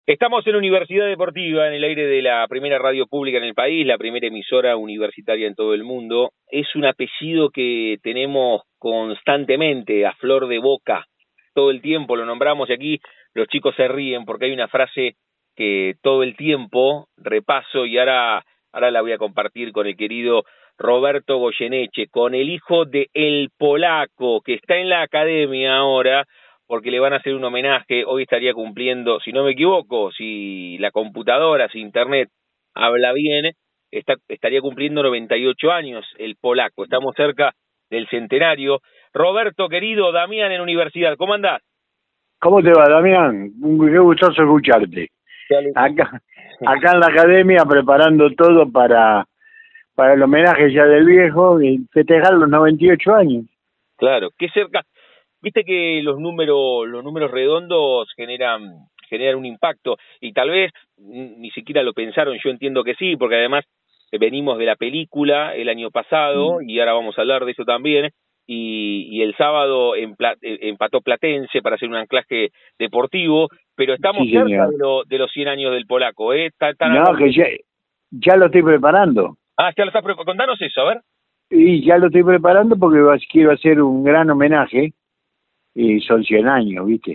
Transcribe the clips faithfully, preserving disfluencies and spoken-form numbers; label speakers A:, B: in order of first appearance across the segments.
A: Estamos en Universidad Deportiva, en el aire de la primera radio pública en el país, la primera emisora universitaria en todo el mundo. Es un apellido que tenemos constantemente a flor de boca, todo el tiempo lo nombramos y aquí los chicos se ríen porque hay una frase que todo el tiempo repaso y ahora, ahora la voy a compartir con el querido Roberto Goyeneche, con el hijo de El Polaco, que está en la academia ahora, porque le van a hacer un homenaje. Hoy estaría cumpliendo, si no me equivoco, si la computadora, si internet habla bien, está, estaría cumpliendo noventa y ocho años el Polaco. Estamos cerca del centenario. Roberto, querido, Damián en Universidad, ¿cómo andás?
B: ¿Cómo te va, Damián? Qué gustoso escucharte. Acá, acá en la academia preparando todo para, para el homenaje ya del viejo y festejar los noventa y ocho años.
A: Claro, qué cerca. Viste que los números, los números redondos generan, generan un impacto y tal vez ni siquiera lo pensaron, yo entiendo que sí, porque además venimos de la película el año pasado mm. y ahora vamos a hablar de eso también, y, y el sábado empla, empató Platense para hacer un anclaje deportivo, pero estamos sí, cerca de, lo, de los cien años del Polaco, ¿eh? Está, está
B: no, que ya, ya lo estoy preparando.
A: Ah, ya lo estás preparando, contanos eso, a ver.
B: Y ya lo estoy preparando porque quiero hacer un gran homenaje. Y son cien años, ¿viste?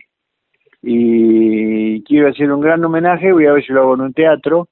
B: Y quiero hacer un gran homenaje, voy a ver si lo hago en un teatro,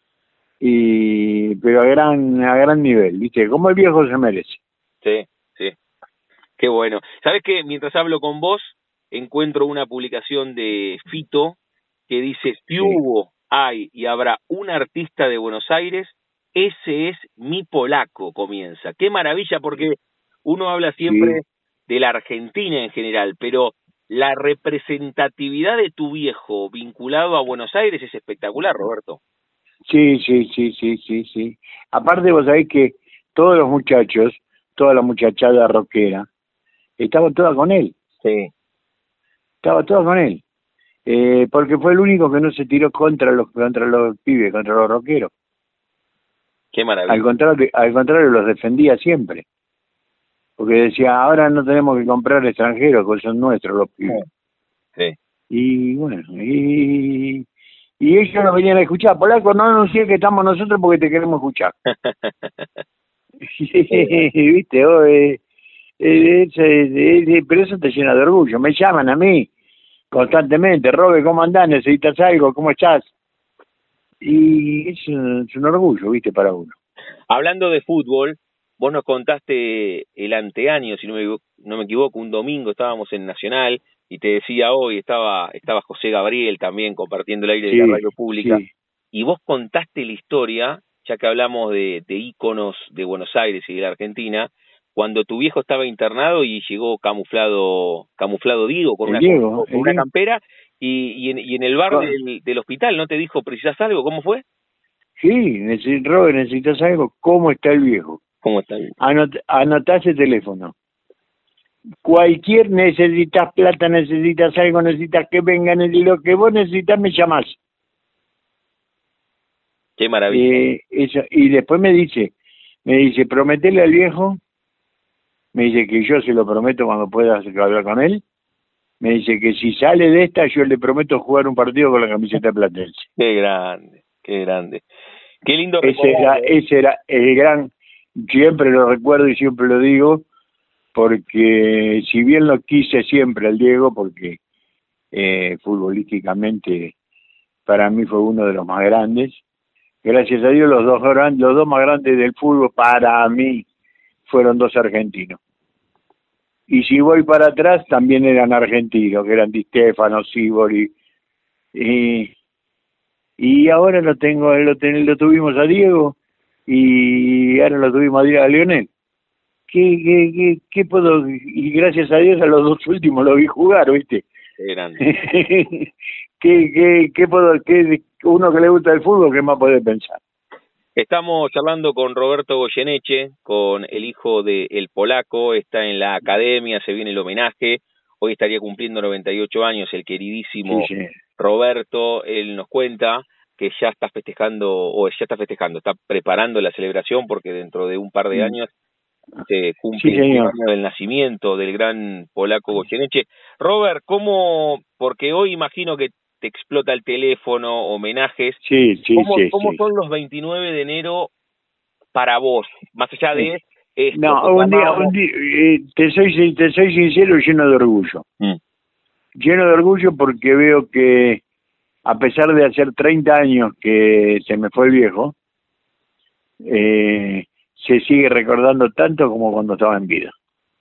B: y pero a gran a gran nivel, ¿viste? Como el viejo se merece.
A: Sí, sí. Qué bueno. ¿Sabés qué? Mientras hablo con vos, encuentro una publicación de Fito que dice, si sí. hubo, hay y habrá un artista de Buenos Aires, ese es mi Polaco, comienza. Qué maravilla, porque uno habla siempre... Sí. de la Argentina en general, pero la representatividad de tu viejo vinculado a Buenos Aires es espectacular, Roberto.
B: Sí, sí, sí, sí, sí, sí. Aparte vos sabés que todos los muchachos, toda la muchachada rockera, estaba toda con él.
A: Sí.
B: Estaba toda con él. Eh, porque fue el único que no se tiró contra los contra los pibes, contra los rockeros.
A: Qué maravilla.
B: Al contrario, al contrario los defendía siempre. Porque decía, ahora no tenemos que comprar extranjeros, que son nuestros los pibes.
A: Sí.
B: Y bueno, y, y ellos nos venían a escuchar. Polaco, no anuncié que estamos nosotros porque te queremos escuchar. ¿Viste? Oh, eh, eh, eh, eh, pero eso te llena de orgullo. Me llaman a mí constantemente. Robe, ¿cómo andás? ¿Necesitas algo? ¿Cómo estás? Y es, es un orgullo, ¿viste? Para uno.
A: Hablando de fútbol, vos nos contaste el anteaño, si no me, no me equivoco, un domingo estábamos en Nacional y te decía hoy, estaba estaba José Gabriel también compartiendo el aire sí, de la radio pública, sí. Y vos contaste la historia, ya que hablamos de, de íconos de Buenos Aires y de la Argentina, cuando tu viejo estaba internado y llegó camuflado camuflado Diego con, una,
B: Diego,
A: con una campera y, y, en, y en el bar del, del hospital, ¿no te dijo, precisás algo? ¿Cómo fue?
B: Sí, neces Robert, necesitas algo. ¿Cómo está el viejo?
A: ¿Cómo está?
B: Anot anotá ese teléfono. Cualquier necesitas plata, necesitas algo, necesitas que vengan, y lo que vos necesitas me llamás.
A: Qué maravilla.
B: Eh, eso, y después me dice, me dice, prometele al viejo, me dice que yo se lo prometo cuando puedas hablar con él, me dice que si sale de esta yo le prometo jugar un partido con la camiseta platense.
A: Qué grande, qué grande. Qué lindo
B: ese era,
A: ¿eh?
B: ese era el gran, siempre lo recuerdo y siempre lo digo, porque si bien lo quise siempre al Diego, porque eh, futbolísticamente para mí fue uno de los más grandes, gracias a Dios los dos grandes, los dos más grandes del fútbol para mí fueron dos argentinos. Y si voy para atrás también eran argentinos, que eran Di Stéfano, Sívori, y y ahora lo tengo, lo, ten, lo tuvimos a Diego y ahora lo tuvimos a Lionel. ¿Qué, qué, qué, qué puedo? Y gracias a Dios a los dos últimos lo vi jugar, ¿viste?
A: Qué grande.
B: ¿Qué, qué, qué puedo? Qué, uno que le gusta el fútbol, ¿qué más puede pensar?
A: Estamos charlando con Roberto Goyeneche, con el hijo de El Polaco, está en la academia, se viene el homenaje, hoy estaría cumpliendo noventa y ocho años el queridísimo sí, sí. Roberto, él nos cuenta que ya está festejando, o ya está festejando, está preparando la celebración porque dentro de un par de años se cumple
B: sí,
A: el año del nacimiento del gran Polaco Goyeneche. Robert, ¿cómo? Porque hoy imagino que te explota el teléfono, homenajes.
B: Sí, sí,
A: ¿Cómo,
B: sí.
A: ¿cómo
B: sí.
A: son los veintinueve de enero para vos? Más allá de esto.
B: No, un día, un día eh, te, soy, te soy sincero, lleno de orgullo. Mm. Lleno de orgullo porque veo que, a pesar de hacer treinta años que se me fue el viejo, eh, se sigue recordando tanto como cuando estaba en vida.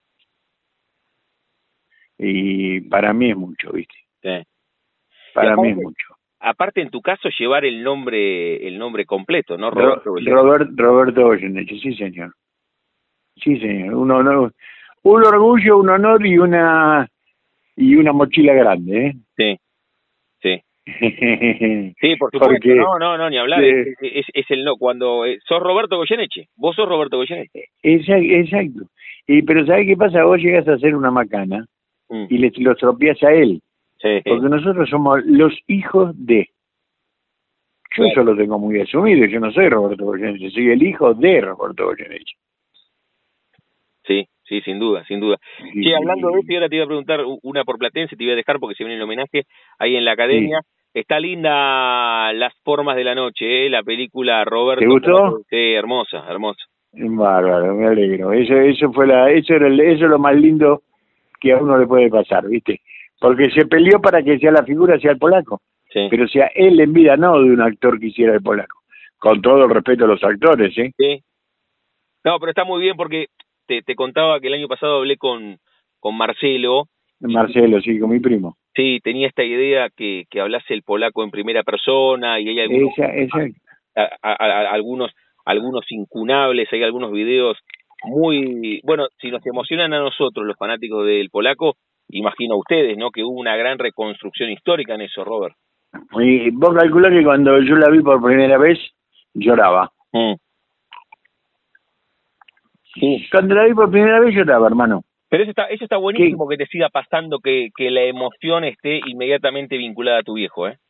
B: Y para mí es mucho, ¿viste? Sí. Para aparte, mí es mucho.
A: Aparte, en tu caso, llevar el nombre el nombre completo, ¿no?
B: Roberto Goyeneche. Robert, Roberto Goyeneche, sí, señor. Sí, señor. Un honor, un orgullo, un honor y una y una mochila grande, ¿eh?
A: Sí, sí. Sí, por supuesto. Porque, no, no, no, ni hablar. Eh, es, es, es el no. Cuando eh, sos Roberto Goyeneche, vos sos Roberto Goyeneche.
B: Exacto. exacto. Y, pero ¿sabés qué pasa? Vos llegas a ser una macana mm. y le lo estropeás a él. Sí. Porque nosotros somos los hijos de. Yo eso lo tengo muy asumido. Yo no soy Roberto Goyeneche, soy el hijo de Roberto Goyeneche.
A: Sí, sí, sin duda, sin duda. Sí, sí, hablando de eso, ahora te iba a preguntar una por Platense, te iba a dejar porque se viene el homenaje ahí en la academia. Sí. Está linda Las Formas de la Noche, ¿eh? La película Roberto.
B: ¿Te gustó?
A: Sí, hermosa, hermosa.
B: Bárbaro, me alegro. Eso, eso fue la, eso era el, eso es lo más lindo que a uno le puede pasar, ¿viste? Porque se peleó para que sea la figura sea el polaco. Sí. Pero sea él en vida, no de un actor que hiciera el polaco. Con todo el respeto a los actores, ¿eh?
A: Sí. No, pero está muy bien porque te, te contaba que el año pasado hablé con, con Marcelo.
B: Marcelo, y, sí, con mi primo.
A: Sí, tenía esta idea que, que hablase el polaco en primera persona y hay algunos,
B: esa, esa.
A: A, a, a, algunos, algunos incunables, hay algunos videos muy... Bueno, si nos emocionan a nosotros, los fanáticos del polaco, imagino a ustedes, ¿no? Que hubo una gran reconstrucción histórica en eso, Robert.
B: Y vos calculás que cuando yo la vi por primera vez, lloraba. Mm. Sí. Cuando la vi por primera vez, lloraba, hermano.
A: Pero eso está, eso está buenísimo, ¿Qué? Que te siga pasando, que, que la emoción esté inmediatamente vinculada a tu viejo, ¿eh?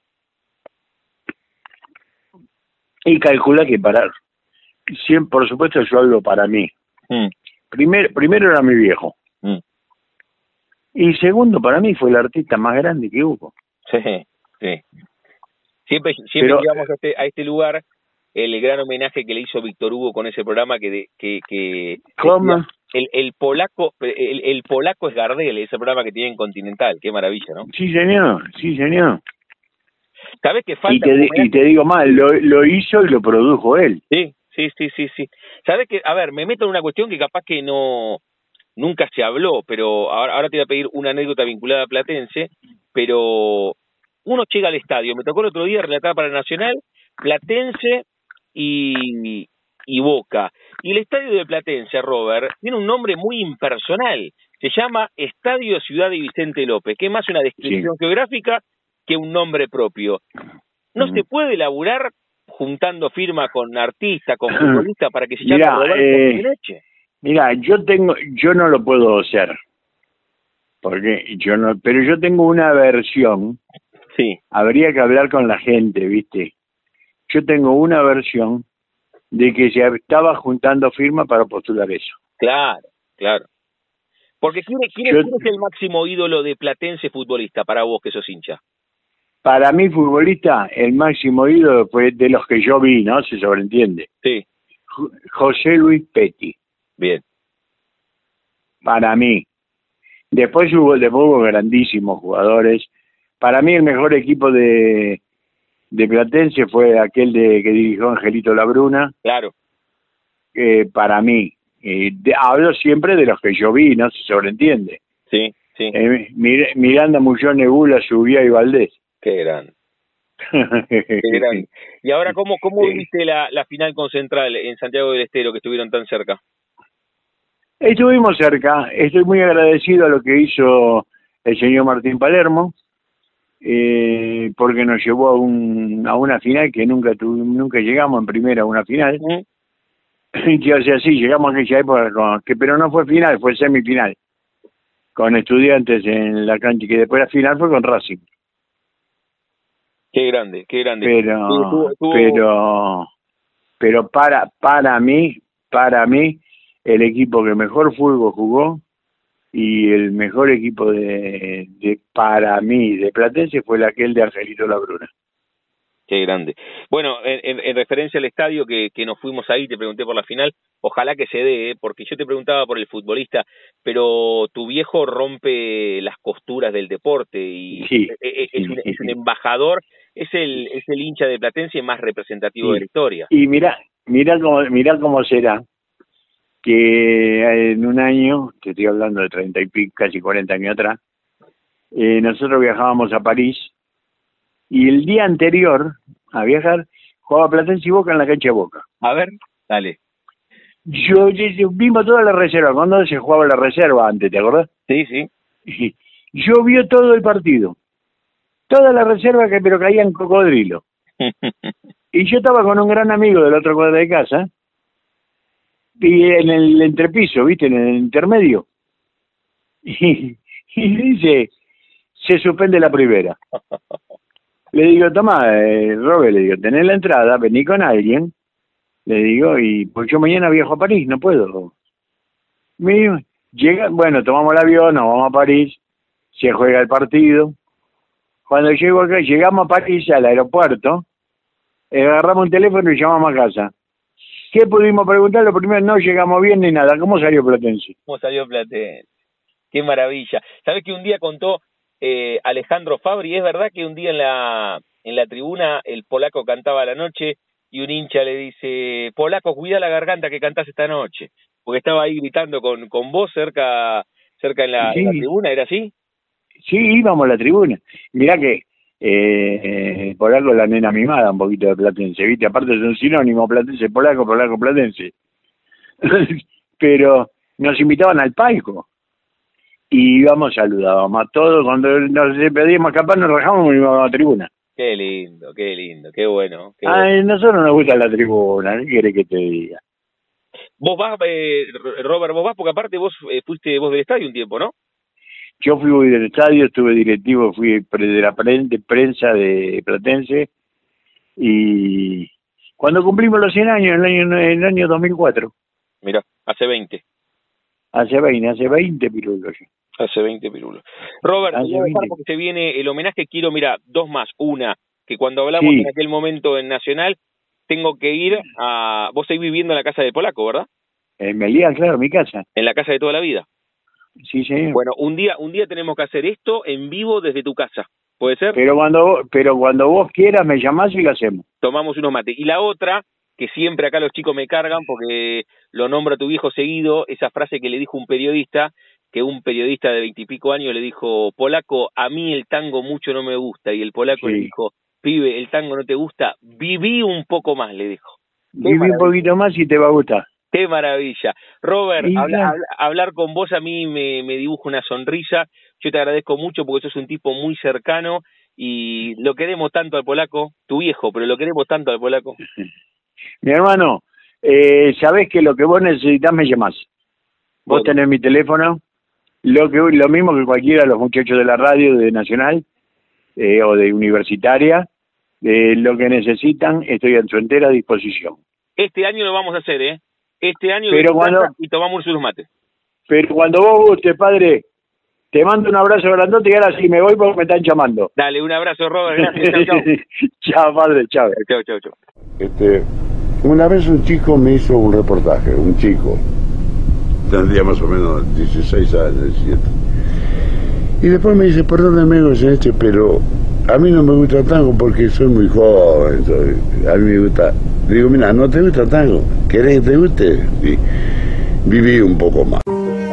B: Y calcula que para... Siempre, por supuesto, yo hablo para mí. Mm. Primero, primero era mi viejo. Mm. Y segundo, para mí fue el artista más grande que hubo.
A: Sí, sí. Siempre, siempre Pero, llegamos a este, a este lugar el gran homenaje que le hizo Víctor Hugo con ese programa que... De, que, que
B: ¿Cómo?
A: El, el polaco el, el polaco es Gardel, ese programa que tiene en Continental, qué maravilla, ¿no?
B: Sí, señor, sí, señor.
A: ¿Sabes qué falta?
B: Y te, y te digo más, lo, lo hizo y lo produjo él.
A: Sí, sí, sí, sí, sí. ¿Sabes qué? A ver, me meto en una cuestión que capaz que no nunca se habló, pero ahora, ahora te voy a pedir una anécdota vinculada a Platense, pero uno llega al estadio, me tocó el otro día relatar para Nacional, Platense y, y Boca. Y el estadio de Platense, Robert, tiene un nombre muy impersonal. Se llama Estadio Ciudad de Vicente López, que es más una descripción sí. geográfica que un nombre propio. ¿No mm. se puede elaborar juntando firma con artista, con futbolista, para que se llame
B: Mirá,
A: Roberto Goyeneche?
B: Eh, mira, yo tengo, yo no lo puedo hacer, porque yo no, pero yo tengo una versión.
A: Sí.
B: Habría que hablar con la gente, ¿viste? Yo tengo una versión de que se estaba juntando firmas para postular eso.
A: Claro, claro. Porque ¿quién, quién, Yo, ¿quién es el máximo ídolo de Platense futbolista para vos que sos hincha?
B: Para mí futbolista, el máximo ídolo fue de los que yo vi, ¿no? Se sobreentiende.
A: Sí.
B: José Luis Petty.
A: Bien.
B: Para mí. Después hubo, después hubo grandísimos jugadores. Para mí el mejor equipo de... de Platense fue aquel de que dirigió Angelito Labruna.
A: Claro.
B: Eh, para mí. Eh, de, hablo siempre de los que yo vi, ¿no? Se sobreentiende.
A: Sí, sí.
B: Eh, Mir Miranda, Muñoz, Nebula, Subía y Valdés.
A: Qué grande. Qué grande. Y ahora, ¿cómo, cómo sí. viste la, la final con Central en Santiago del Estero, que estuvieron tan cerca?
B: Estuvimos cerca. Estoy muy agradecido a lo que hizo el señor Martín Palermo. Eh, porque nos llevó a un a una final que nunca tuvimos, nunca llegamos en primera a una final. ¿Mm? Y o sea, sí, llegamos a aquella época, con, que, pero no fue final, fue semifinal, con Estudiantes en la cancha, que después la final fue con Racing.
A: Qué grande, qué grande.
B: Pero,
A: tú, tú, tú...
B: pero, pero para, para mí, para mí, el equipo que mejor fútbol jugó y el mejor equipo de, de para mí de Platense fue el aquel de Argelito Labruna.
A: Qué grande. Bueno, en, en, en referencia al estadio que, que nos fuimos ahí, te pregunté por la final, ojalá que se dé, ¿eh? Porque yo te preguntaba por el futbolista, pero tu viejo rompe las costuras del deporte y
B: sí,
A: es, es,
B: sí,
A: un,
B: sí,
A: es un
B: sí.
A: embajador, es el es el hincha de Platense más representativo sí. de la historia.
B: Y mira, mira cómo, mira cómo será que en un año, te estoy hablando de treinta y pico, casi cuarenta años atrás, eh, nosotros viajábamos a París. Y el día anterior a viajar, jugaba Platense y Boca en la cancha de Boca.
A: A ver, dale.
B: Yo, yo, yo vimos toda la reserva, cuando se jugaba la reserva antes, ¿te acordás?
A: Sí, sí.
B: Yo vi todo el partido. Toda la reserva, que pero caían cocodrilo. Y yo estaba con un gran amigo del otro cuadro de casa, y en el entrepiso, ¿viste? En el intermedio. Y, y dice, se suspende la primera. Le digo, toma, eh, Robert, le digo, tenés la entrada, vení con alguien, le digo, y pues yo mañana viajo a París, no puedo. Me digo, llega, bueno, tomamos el avión, nos vamos a París, se juega el partido. Cuando llego acá, llegamos a París, al aeropuerto, agarramos un teléfono y llamamos a casa. ¿Qué pudimos preguntar? Lo primero, no llegamos bien ni nada. ¿Cómo salió Platense?
A: ¿Cómo salió Platense? Qué maravilla. ¿Sabés que un día contó Eh, Alejandro Fabri, es verdad que un día en la en la tribuna el polaco cantaba a la noche y un hincha le dice, polaco, cuida la garganta que cantás esta noche? Porque estaba ahí gritando con, con vos cerca cerca en la,
B: sí.
A: en la tribuna, ¿era así?
B: Sí, íbamos a la tribuna. Mirá que eh, el polaco la nena mimada un poquito de Platense, ¿viste? Aparte es un sinónimo, Platense, polaco, polaco, Platense. Pero nos invitaban al palco. Y íbamos, saludábamos a todos, cuando nos pedíamos escapar nos rajamos y íbamos a la tribuna.
A: Qué lindo, qué lindo, qué bueno. Qué
B: Ay,
A: bueno.
B: nosotros nos gusta la tribuna, ¿qué querés que te diga?
A: Vos vas, eh, Robert, vos vas, porque aparte vos eh, fuiste vos del estadio un tiempo, ¿no?
B: Yo fui del estadio, estuve directivo, fui de la prensa de Platense, y cuando cumplimos los cien años, en el año, en el año dos mil cuatro.
A: Mirá, hace veinte.
B: Hace veinte, hace veinte pirulos.
A: Hace veinte pirulos. Robert, voy a dejar porque se viene el homenaje, quiero, mira, dos más. Una, que cuando hablamos sí. en aquel momento en Nacional, tengo que ir a... Vos seguís viviendo en la casa de Polaco, ¿verdad?
B: En Melián, claro, mi casa.
A: En la casa de toda la vida.
B: Sí, señor.
A: Bueno, un día un día tenemos que hacer esto en vivo desde tu casa, ¿puede ser?
B: Pero cuando pero cuando vos quieras me llamás y lo hacemos.
A: Tomamos unos mates. Y la otra, que siempre acá los chicos me cargan porque lo nombra tu viejo seguido, esa frase que le dijo un periodista, que un periodista de veintipico años le dijo, polaco, a mí el tango mucho no me gusta, y el polaco sí. le dijo, pibe, el tango no te gusta, viví un poco más, le dijo.
B: Viví un poquito más y te va a gustar.
A: Qué maravilla. Robert, habla, habla, hablar con vos a mí me, me dibuja una sonrisa, yo te agradezco mucho porque sos un tipo muy cercano y lo queremos tanto al polaco, tu viejo, pero lo queremos tanto al polaco.
B: Mi hermano, eh, sabés que lo que vos necesitas me llamás. Vos bueno. tenés mi teléfono, lo que lo mismo que cualquiera de los muchachos de la radio, de Nacional eh, o de Universitaria, eh, lo que necesitan, estoy a su entera disposición.
A: Este año lo vamos a hacer, ¿eh? Este año
B: pero cuando,
A: y tomamos unos mates.
B: Pero cuando vos guste, padre, te mando un abrazo grandote y ahora sí me voy porque me están llamando.
A: Dale, un abrazo, Robert, gracias, chao, chao.
B: Chao, padre, chao.
A: Chao, chao, chao.
C: Este, una vez un chico me hizo un reportaje, un chico, tendría más o menos dieciséis años, diecisiete. Y después me dice, perdóneme, este, pero a mí no me gusta el tango porque soy muy joven, soy, a mí me gusta. Digo, mira, ¿no te gusta el tango? ¿Querés que te guste? Y viví un poco más.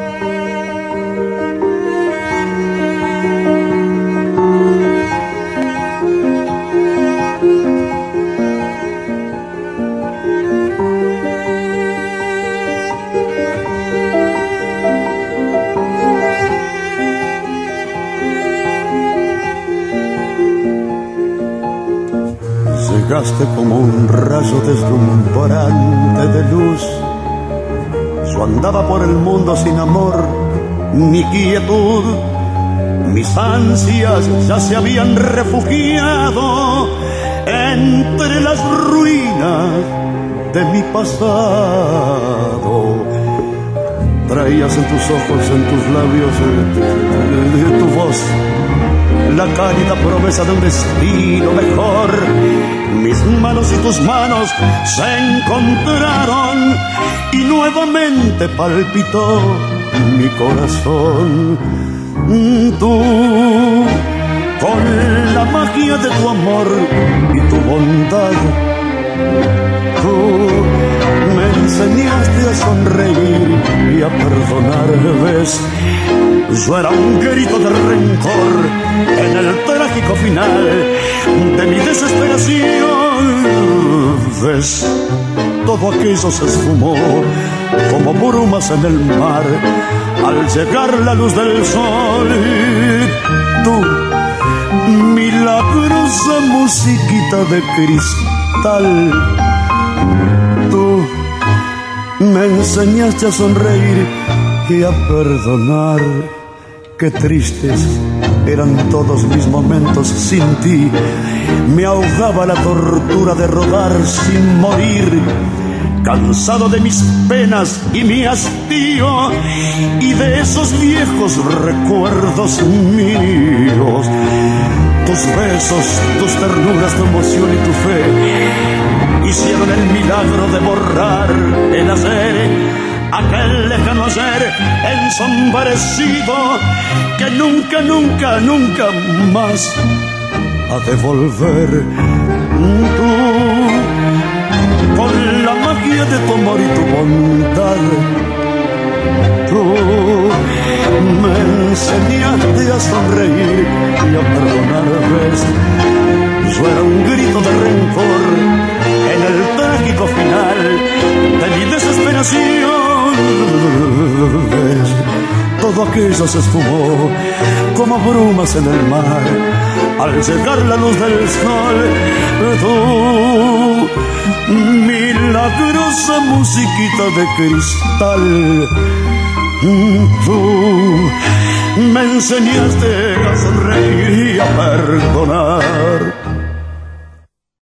D: Llegaste como un rayo deslumbrante de luz. Yo andaba por el mundo sin amor ni quietud. Mis ansias ya se habían refugiado entre las ruinas de mi pasado. traías en tus ojos, en tus labios, de, de, de tu voz, la cálida promesa de un destino mejor. Mis manos y tus manos se encontraron y nuevamente palpitó mi corazón. Tú, con la magia de tu amor y tu bondad, tú me enseñaste a sonreír y a perdonar, ¿ves? Yo era un grito de rencor en el trágico final de mi desesperación, ¿ves? Todo aquello se esfumó como brumas en el mar al llegar la luz del sol. Tú, milagrosa musiquita de cristal, tú me enseñaste a sonreír y a perdonar. Qué tristes eran todos mis momentos sin ti. Me ahogaba la tortura de rodar sin morir, cansado de mis penas y mi hastío y de esos viejos recuerdos míos. Tus besos, tus ternuras, tu emoción y tu fe hicieron el milagro de borrar el ayer, aquel lejano ayer ensombrecido que nunca, nunca, nunca más ha de volver. Tú, con la magia de tu amor y tu bondad, tú me enseñaste a sonreír y a perdonar, ¿ves? Yo era un grito de rencor en el trágico final de mi desesperación, ¿ves? Todo aquello se esfumó como brumas en el mar al llegar la luz del sol. Tú, milagrosa musiquita de cristal, tú me enseñaste a sonreír